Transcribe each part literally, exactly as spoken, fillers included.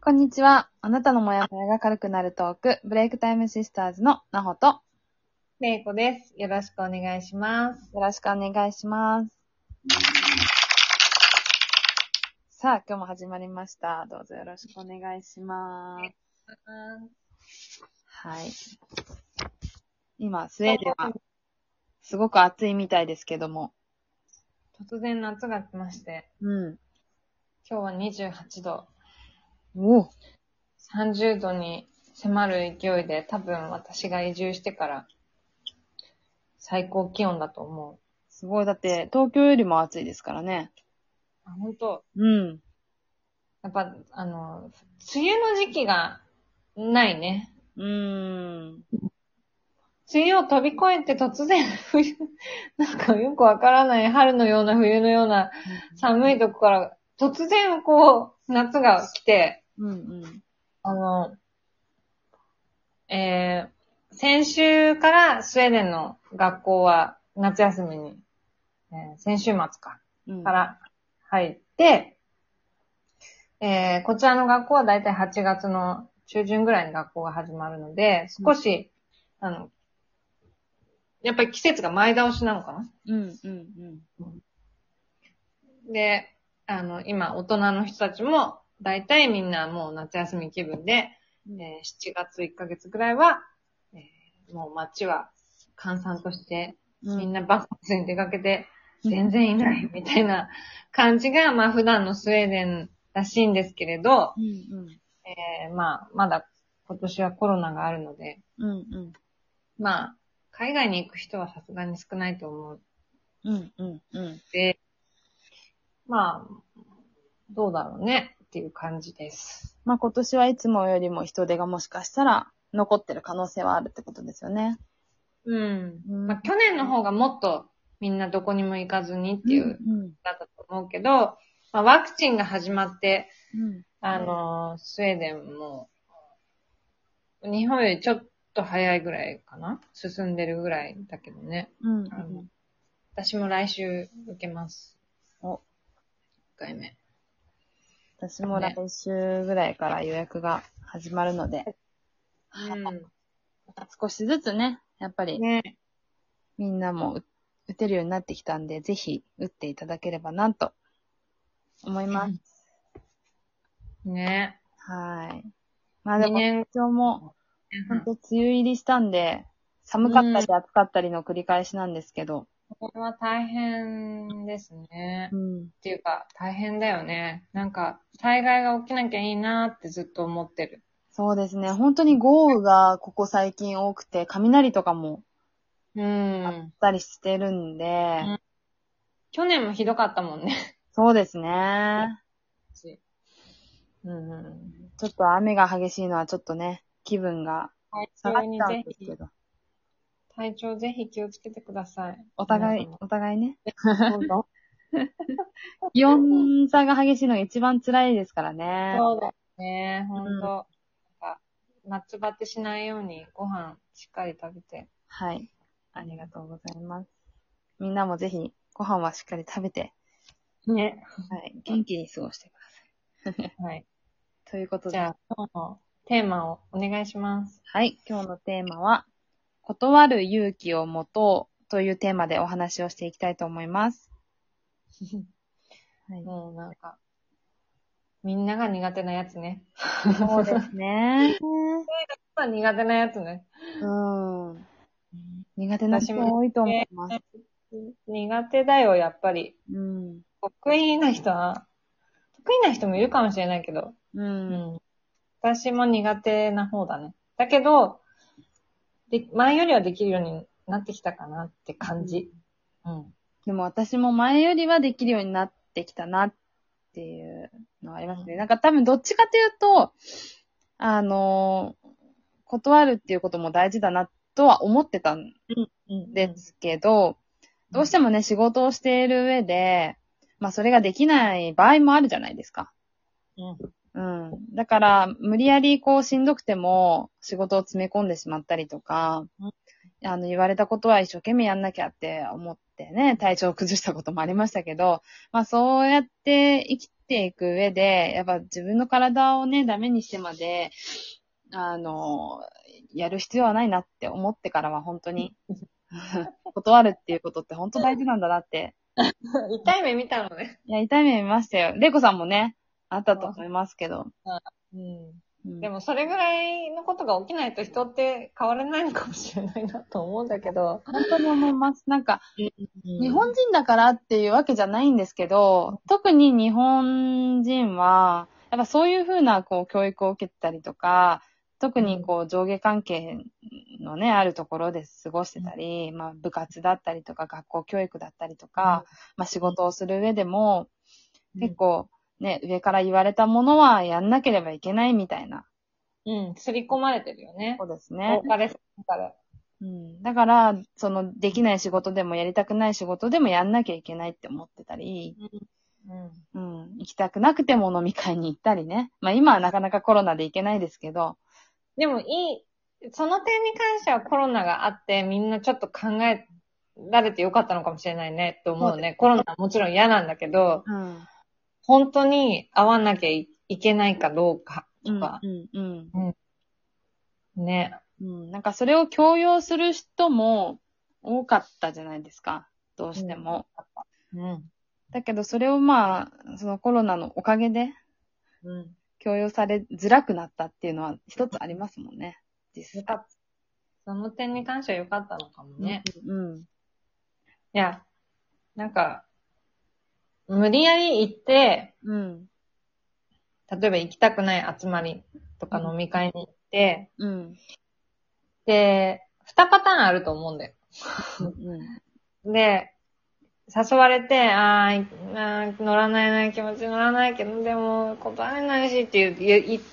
こんにちは。あなたのモヤモヤが軽くなるトーク、ブレイクタイムシスターズのなほと、 れいこです。よろしくお願いします。 よろしくお願いします。さあ、今日も始まりました。どうぞよろしくお願いします。はい。今、スウェーデンはすごく暑いみたいですけども。 突然夏が来まして、 うん。 今日はにじゅうはちど、 おさんじゅうどに迫る勢いで、多分私が移住してから最高気温だと思う。 すごい。だって、東京よりも暑いですからね。 あ、本当。 うん。 やっぱ、あの、梅雨の時期がないね。 うーん。 梅雨を飛び越えて突然冬、なんかよくわからない春のような冬のような寒いとこから突然こう夏が来て、 うんうん。 あの、えー、先週からスウェーデンの学校は夏休みに、えー、先週末か、 うんから入って、えー、こちらの学校はだいたいはちがつの中旬ぐらいに学校が始まるので、少し、あの、やっぱり季節が前倒しなのかな。 うんうんで、あの、今、大人の人たちも、だいたいみんなもう夏休み気分で、 うん。 えー、しちがついっかげつぐらいは、えー、もう街は閑散として、 うん。 みんなバカンスに出かけて、全然いないみたいな感じが、まあ普段のスウェーデンらしいんですけれど、 うんうん。 えー、まあまだ今年はコロナがあるので、 うんうん。 まあ海外に行く人はさすがに少ないと思ううんうんうん。 で、まあ、どうだろうねっていう感じです。 まあ今年はいつもよりも人手がもしかしたら残ってる可能性はあるってことですよね。 うん。 うん。 まあ去年の方がもっとみんなどこにも行かずにっていう、 うん。 だったと思うけど、まあワクチンが始まって、 うん。 あの、スウェーデンも、日本よりちょっと早いぐらいかな進んでるぐらいだけどね。 うん。 あの私も来週受けます。 お、 いっかいめ。 私も来ね。 週ぐらいから予約が始まるので、 うん。 少しずつね、やっぱりね。 みんなも打てるようになってきたんで、ぜひ打っていただければなと思います。 ね。 はい。まあでも、 にねん。 今日も本当梅雨入りしたんで、寒かったりうん。 暑かったりの繰り返しなんですけど、 これは大変ですね。 うん。 っていうか、大変だよね。なんか、災害が起きなきゃいいなってずっと思ってる。 そうですね。本当に豪雨がここ最近多くて、雷とかもうあっん。 たりしてるんで、 うん去年もひどかったもんね。 そうですね。 うんうん。 ちょっと雨が激しいのはちょっとね、気分が体下がっ調にちゃうんぜひ、 ですけど、 体調ぜひ気をつけてください。 お互い、 皆様。 お互いね。 本当気温差が激しいのが一番辛いですからね。 そうだよね。 うん。 本当なんか夏バテしないようにご飯しっかり食べて。 はい。ありがとうございます。みんなもぜひ、ご飯はしっかり食べて、 ね。 はい、元気に過ごしてください。 はい。 ということで、 じゃあ、今日のテーマをお願いします。 はい、今日のテーマは、断る勇気を持とうというテーマでお話をしていきたいと思います。はい、 もうなんか、みんなが苦手なやつね。 そうですね。 苦手なやつね。 うん。苦手な私も人多いと思います。 苦手だよ、やっぱり。 うん。 得意な人は、得意な人もいるかもしれないけど、 う。 うんん。私も苦手な方だね。だけど、で、前よりはできるようになってきたかなって感じ。うん。 でも私も前よりはできるようになってきたなっていうのはありますね。なんか多分どっちかというと、あのー断るっていうことも大事だなとは思ってたんうんですけど、どうしてもね、仕事をしている上で、まあそれができない場合もあるじゃないですか。 うん。 うん。だから、無理やりこうしんどくても仕事を詰め込んでしまったりとか、 うんあの、言われたことは一生懸命やんなきゃって思ってね、体調を崩したこともありましたけど、まあそうやって生きていく上で、やっぱ自分の体をね、ダメにしてまで、あの、やる必要はないなって思ってからは本当に、断るっていうことって本当大事なんだなって。 痛い目見たのね。 いや、痛い目見ましたよ。レイコさんもね、あったと思いますけど。 うん。 うん、 でもそれぐらいのことが起きないと人って変われないのかもしれないなと思うんだけど。 本当に思います。なんか、 うん、 日本人だからっていうわけじゃないんですけど、特に日本人は、やっぱそういうふうなこう教育を受けたりとか、特にこう上下関係のね、あるところで過ごしてたり、まあ部活だったりとか学校教育だったりとか、まあ仕事をする上でも、結構ね、上から言われたものはやんなければいけないみたいな。 うん、刷り込まれてるよね。 そうですね。 多かれ少なかれ。 うん、だから、その、できない仕事でもやりたくない仕事でもやんなきゃいけないって思ってたり、 うん。 うん、行きたくなくても飲み会に行ったりね。まあ今はなかなかコロナで行けないですけど。 でもいい、その点に関してはコロナがあってみんなちょっと考えられてよかったのかもしれないねって思うね。コロナはもちろん嫌なんだけど、 うん。 本当に会わなきゃいけないかどうかとか。 うん、うん、 うん。ね。 うん。なんかそれを強要する人も多かったじゃないですか。どうしても。 うん。 だけどそれをまあ、そのコロナのおかげでうん。 強要されづらくなったっていうのは一つありますもんね。実際。 よかった。その点に関しては良かったのかもね。 うん。うん。 いや、なんか、無理やり行って、 うん。 例えば行きたくない集まりとか飲み会に行って、 うん。 で、二パターンあると思うんだよ。 うん。 で、誘われて、あーあー、乗らないな、気持ち乗らないけど、でも断れないしって言言って、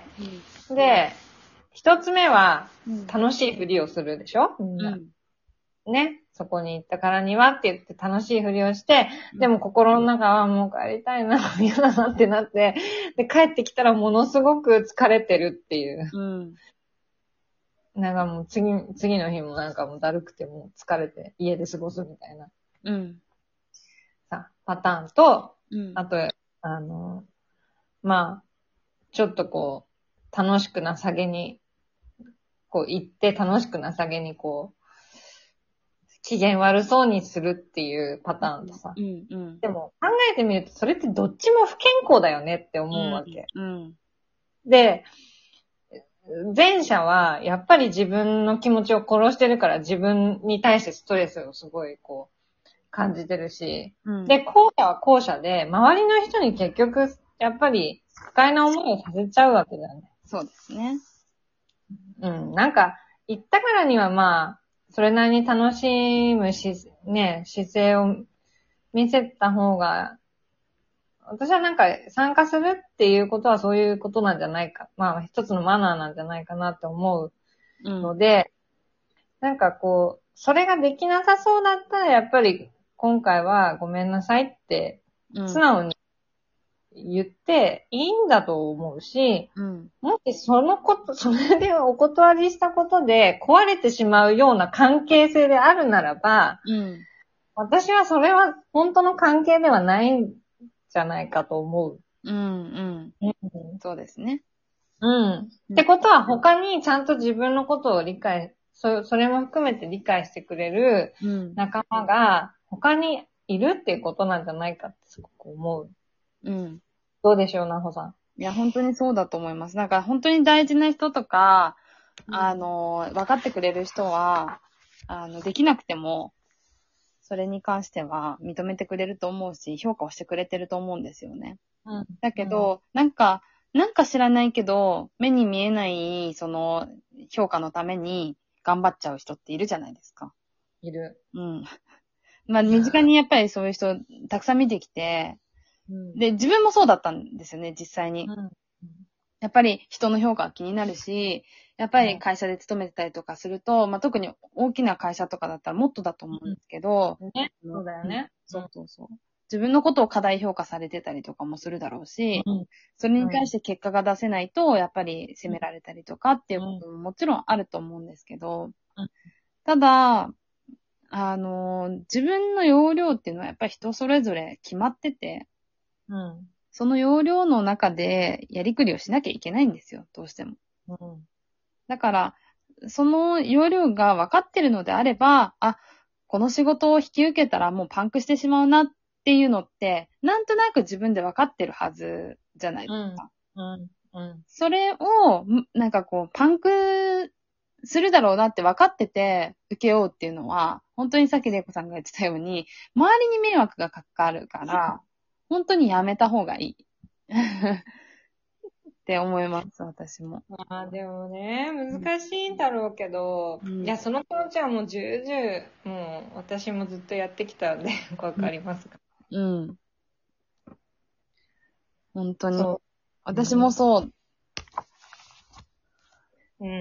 で、一つ目はうん。 楽しいふりをするでしょみんな。 うん。 ね。そこに行ったからにはって言って楽しいふりをして、でも心の中はもう帰りたいな、嫌だなってなって、で、帰ってきたらものすごく疲れてるっていう。 うん。 なんかもう次、次の日もなんかもうだるくてもう疲れて家で過ごすみたいなうん。 さ、パターンと、 うん。 あと、あの、まあ、ちょっとこう、楽しくなさげに、こう行って楽しくなさげにこう、機嫌悪そうにするっていうパターンとさ。 うん。うん。 でも考えてみるとそれってどっちも不健康だよねって思うわけ。 うん。 で、前者はやっぱり自分の気持ちを殺してるから自分に対してストレスをすごいこう感じてるし。 うん。 で、後者は後者で周りの人に結局やっぱり不快な思いをさせちゃうわけだよね。 そうですね。 うん。なんか、言ったからにはまあ、それなりに楽しむし、ね、姿勢を見せた方が、私はなんか参加するっていうことはそういうことなんじゃないか。まあ一つのマナーなんじゃないかなって思ううん。 ので、なんかこう、それができなさそうだったらやっぱり今回はごめんなさいって素直に言っていいんだと思うし、 うん。 もしそのこと、それでお断りしたことで壊れてしまうような関係性であるならば、 うん。 私はそれは本当の関係ではないんじゃないかと思う。 うん。うん。そうですね。 うん。ってことは他にちゃんと自分のことを理解、そ、それも含めて理解してくれる仲間が他にいるっていうことなんじゃないかってすごく思う。 うん。 どうでしょう、なほさん。 いや、本当にそうだと思います。なんか本当に大事な人とか、 うんあの、分かってくれる人は、あの、できなくても、それに関しては認めてくれると思うし、評価をしてくれてると思うんですよね。 うん。 だけど、なんか、なんか知らないけど、目に見えない、その、評価のために頑張っちゃう人っているじゃないですか。 いる。 うん。まあ、身近にやっぱりそういう人、たくさん見てきて、 うん。 で、自分もそうだったんですよね、実際に。 うん。 やっぱり人の評価が気になるし、やっぱり会社で勤めてたりとかすると、まあ、特に大きな会社とかだったらもっとだと思うんですけど、 ね。そうだよね。 そうそうそう。自分のことを過大評価されてたりとかもするだろうし、 うん。 それに対して結果が出せないと、やっぱり責められたりとかっていうことももちろんあると思うんですけど、 うんただ、あの、自分の容量っていうのはやっぱり人それぞれ決まってて、 うん。 その容量の中でやりくりをしなきゃいけないんですよ、どうしても。 うん。 だから、その容量が分かってるのであれば、あ、この仕事を引き受けたらもうパンクしてしまうなっていうのって、なんとなく自分で分かってるはずじゃないですか。 うん。うん。 それを、んなんかこう、パンクするだろうなって分かってて、受けようっていうのは、本当にさっき玲子さんが言ってたように、周りに迷惑がかかるから、本当にやめた方がいい。って思います、私も。 まあでもね、難しいんだろうけど、 うん、 いや、その気持ちはもう重々、もう私もずっとやってきたんで、わかりますか。 うん。本当に。 そ私もそう。 う。うん。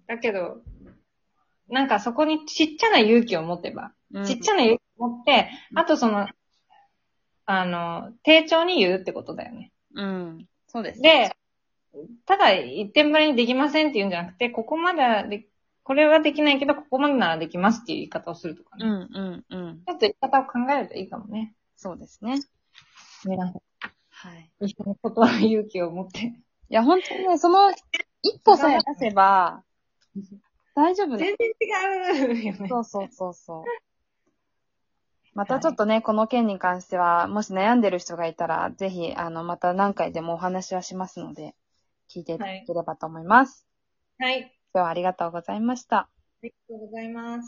だけど、なんかそこにちっちゃな勇気を持てば、 うん、 ちっちゃな勇気を持って、あとその、あの、丁重に言うってことだよね。 うん。そうです。 で、ただ一点張りにできませんって言うんじゃなくて、ここまではで、これはできないけど、ここまでならできますっていう言い方をするとかね。 うん、うん、うん。 ちょっと言い方を考えるといいかもね。 そうですね。 皆さん、 はい。 一緒に断る勇気を持って。 いや、本当にね、その一歩さえ出せば、大丈夫ね。 全然違うよね。 そうそうそうそう。またちょっとね、はい、この件に関しては、もし悩んでる人がいたら、ぜひ、あの、また何回でもお話はしますので、聞いていただければと思います。 はい。 今日はありがとうございました。 ありがとうございます。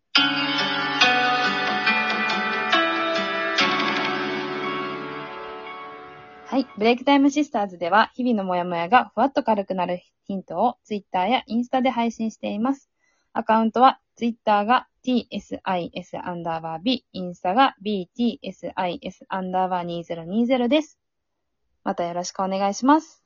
はい。ブレイクタイムシスターズでは、日々のモヤモヤがふわっと軽くなるヒントを Twitter やインスタで配信しています。アカウントは、Twitter が ティーエスアイエス アンダーバー B、インスタが ビーティーエスアイエス アンダーバーにせんにじゅうです。またよろしくお願いします。